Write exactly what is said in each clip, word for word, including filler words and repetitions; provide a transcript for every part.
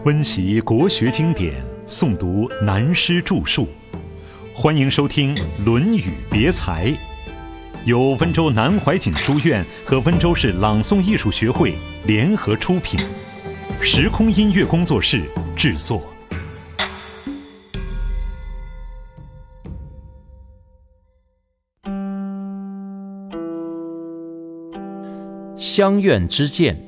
温习国学经典，诵读南师著述。欢迎收听《论语别裁》，由温州南怀瑾书院和温州市朗诵艺术学会联合出品，时空音乐工作室制作。 乡愿之见。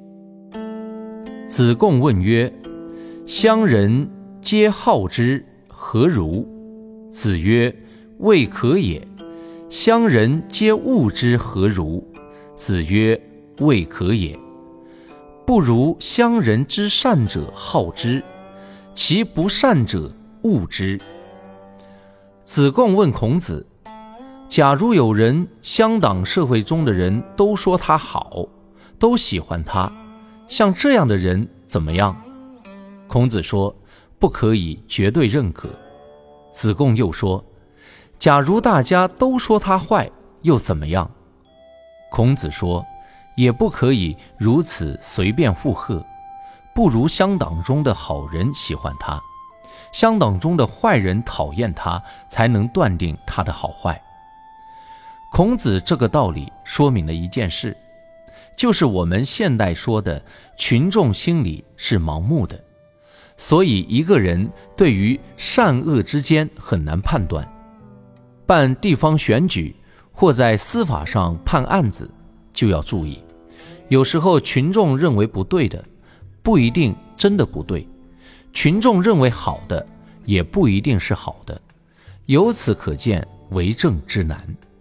子贡问曰：乡人皆好之，何如？子曰：未可也。乡人皆恶之，何如？子曰：未可也。不如乡人之善者好之，其不善者恶之。子贡问孔子：假如有人乡党社会中的人都说他好，都喜欢他，像这样的人怎么样？孔子说：不可以绝对认可。子贡又说：假如大家都说他坏，又怎么样？孔子说：也不可以如此随便附和，不如乡党中的好人喜欢他，乡党中的坏人讨厌他，才能断定他的好坏。孔子这个道理说明了一件事，就是我们现代说的群众心理是盲目的，所以一个人对于善恶之间很难判断。办地方选举或在司法上判案子就要注意，有时候群众认为不对的，不一定真的不对，群众认为好的，也不一定是好的，由此可见为政之难。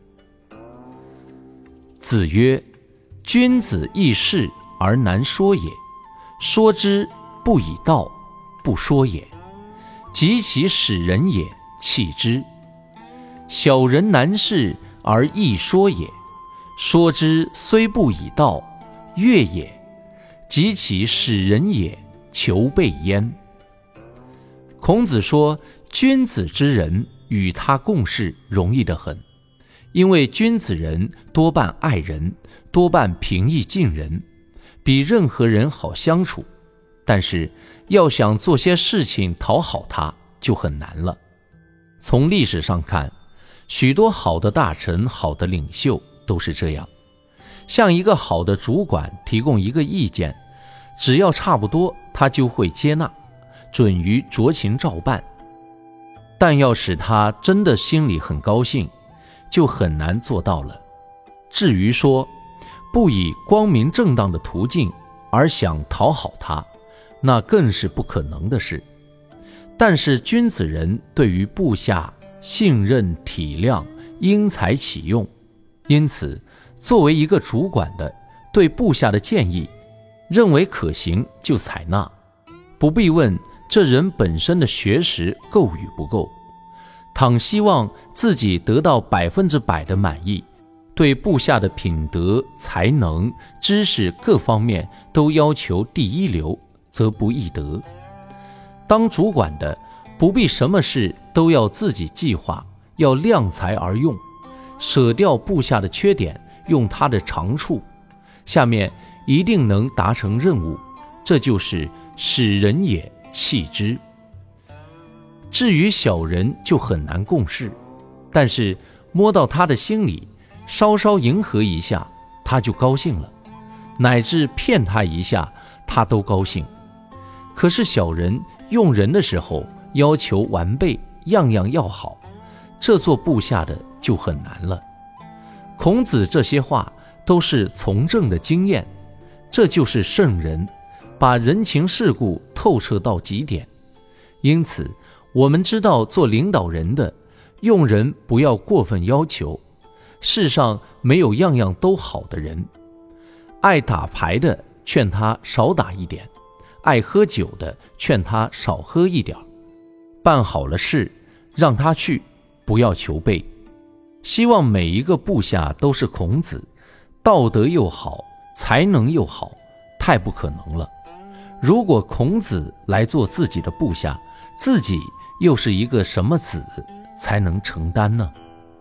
子曰：君子易事而难说也，说之不以道，不说也。及其使人也，弃之。小人难事而易说也，说之虽不以道，悦也。及其使人也，求备焉。孔子说，君子之人与他共事容易得很，因为君子人多半爱人，多半平易近人，比任何人好相处。但是要想做些事情讨好他，就很难了。从历史上看，许多好的大臣、好的领袖都是这样。向一个好的主管提供一个意见，只要差不多，他就会接纳，准于酌情照办。但要使他真的心里很高兴，就很难做到了。至于说不以光明正当的途径而想讨好他，那更是不可能的事。但是君子人对于部下信任体谅，因材启用，因此作为一个主管的，对部下的建议认为可行就采纳，不必问这人本身的学识够与不够。倘希望自己得到百分之百的满意，对部下的品德、才能、知识各方面都要求第一流，则不易得。当主管的不必什么事都要自己计划，要量才而用，舍掉部下的缺点，用他的长处，下面一定能达成任务，这就是使人也，弃之。至于小人就很难共事，但是摸到他的心里，稍稍迎合一下，他就高兴了，乃至骗他一下，他都高兴。可是小人用人的时候要求完备，样样要好，这做部下的就很难了。孔子这些话都是从政的经验，这就是圣人，把人情世故透彻到极点。因此我们知道做领导人的，用人不要过分要求，世上没有样样都好的人。爱打牌的劝他少打一点，爱喝酒的劝他少喝一点。办好了事让他去，不要求备。希望每一个部下都是孔子，道德又好，才能又好，太不可能了。如果孔子来做自己的部下，自己又是一个什么子才能承担呢？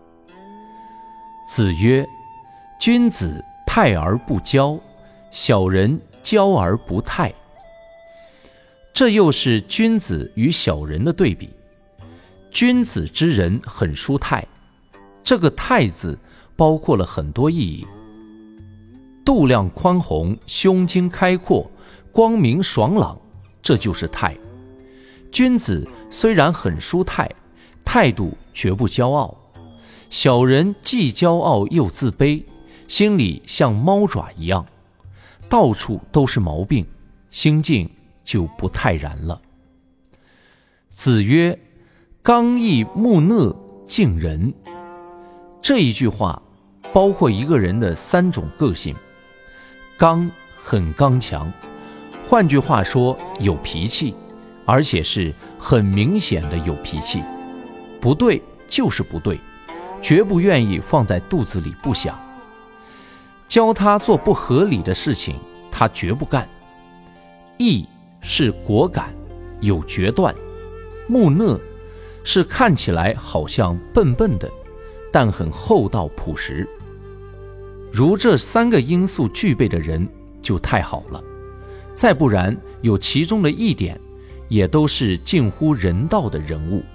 子曰：君子泰而不骄，小人骄而不泰。 这又是君子与小人的对比。君子之人很舒泰，这个泰字包括了很多意义。度量宽宏，胸襟开阔，光明爽朗，这就是泰。君子虽然很舒泰，态度绝不骄傲。小人既骄傲又自卑，心里像猫爪一样，到处都是毛病，心境就不泰然了。子曰：刚毅木讷敬人。这一句话包括一个人的三种个性。刚，很刚强，换句话说，有脾气，而且是很明显的有脾气。不对就是不对，绝不愿意放在肚子里不想。教他做不合理的事情，他绝不干。毅是果敢，有决断。木讷是看起来好像笨笨的，但很厚道朴实。如这三个因素具备的人就太好了，再不然有其中的一点，也都是近乎人道的人物。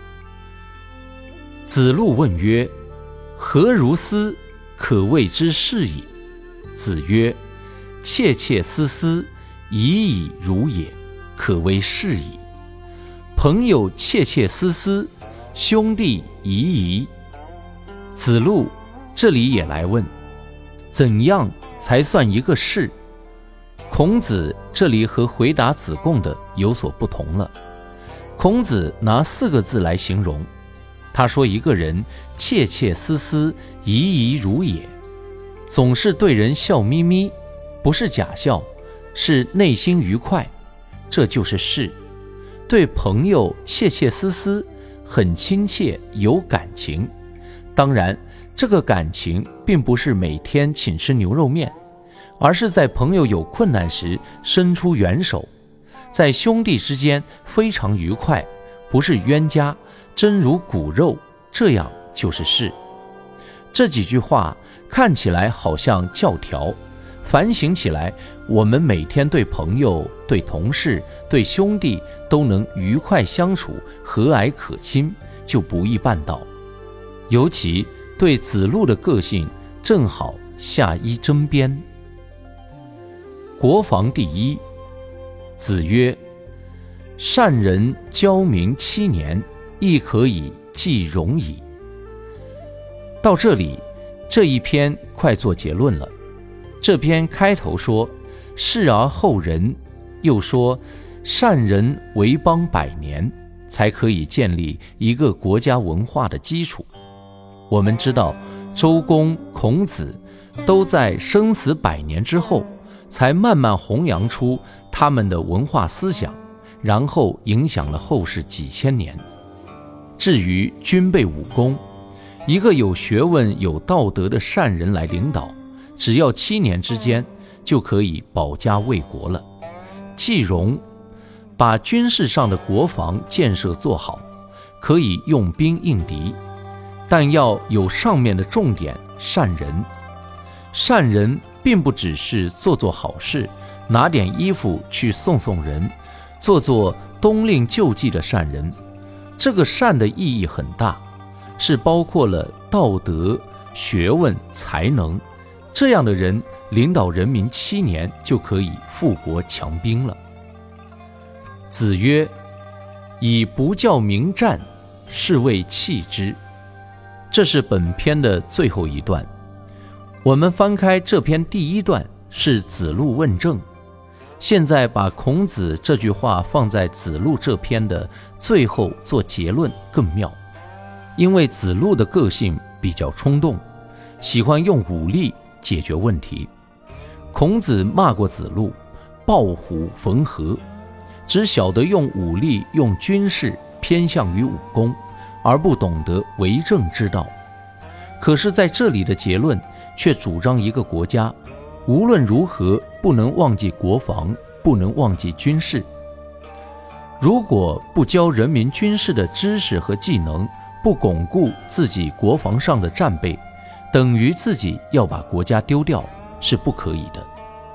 子路问曰：何如斯？可谓之是矣。子曰：窃窃私私，已矣如也，可谓是矣。朋友窃窃私私，兄弟已矣。子路这里也来问，怎样才算一个是？孔子这里和回答子贡的有所不同了。孔子拿四个字来形容，他说一个人窃窃私私，已矣如也，总是对人笑眯眯，不是假笑，是内心愉快，这就是是。对朋友窃窃私私，很亲切，有感情。当然这个感情并不是每天请吃牛肉面，而是在朋友有困难时伸出援手，在兄弟之间非常愉快，不是冤家，真如骨肉，这样就是是。这几句话看起来好像教条，反省起来，我们每天对朋友、对同事、对兄弟都能愉快相处，和蔼可亲，就不易办到。尤其对子路的个性正好下一针砭。国防第一。子曰：善人教民七年，亦可以继戎矣。到这里，这一篇快做结论了。这篇开头说事而后仁，又说善人为邦百年，才可以建立一个国家文化的基础。我们知道周公、孔子都在生死百年之后，才慢慢弘扬出他们的文化思想，然后影响了后世几千年。至于军备武功，一个有学问、有道德的善人来领导，只要七年之间就可以保家卫国了。继戎，把军事上的国防建设做好，可以用兵应敌，但要有上面的重点，善人。善人并不只是做做好事，拿点衣服去送送人，做做冬令救济的善人。这个善的意义很大，是包括了道德、学问、才能。这样的人领导人民七年就可以富国强兵了。子曰：以不教民战，是谓弃之。这是本篇的最后一段。我们翻开这篇第一段是子路问政，现在把孔子这句话放在子路这篇的最后做结论更妙。因为子路的个性比较冲动，喜欢用武力解决问题。孔子骂过子路抱虎缝合，只晓得用武力、用军事，偏向于武功，而不懂得为政之道。可是在这里的结论却主张一个国家无论如何不能忘记国防，不能忘记军事。如果不教人民军事的知识和技能，不巩固自己国防上的战备，等于自己要把国家丢掉，是不可以的。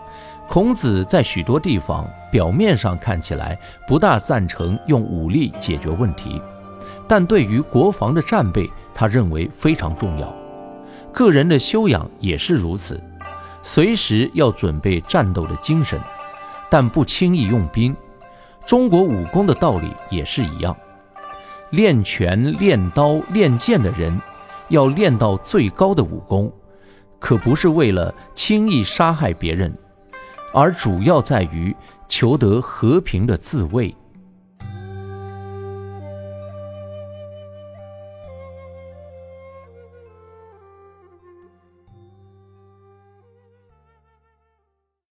孔子在许多地方表面上看起来不大赞成用武力解决问题，但对于国防的战备，他认为非常重要。个人的修养也是如此，随时要准备战斗的精神，但不轻易用兵。中国武功的道理也是一样，练拳、练刀、练剑的人要练到最高的武功，可不是为了轻易杀害别人，而主要在于求得和平的自卫。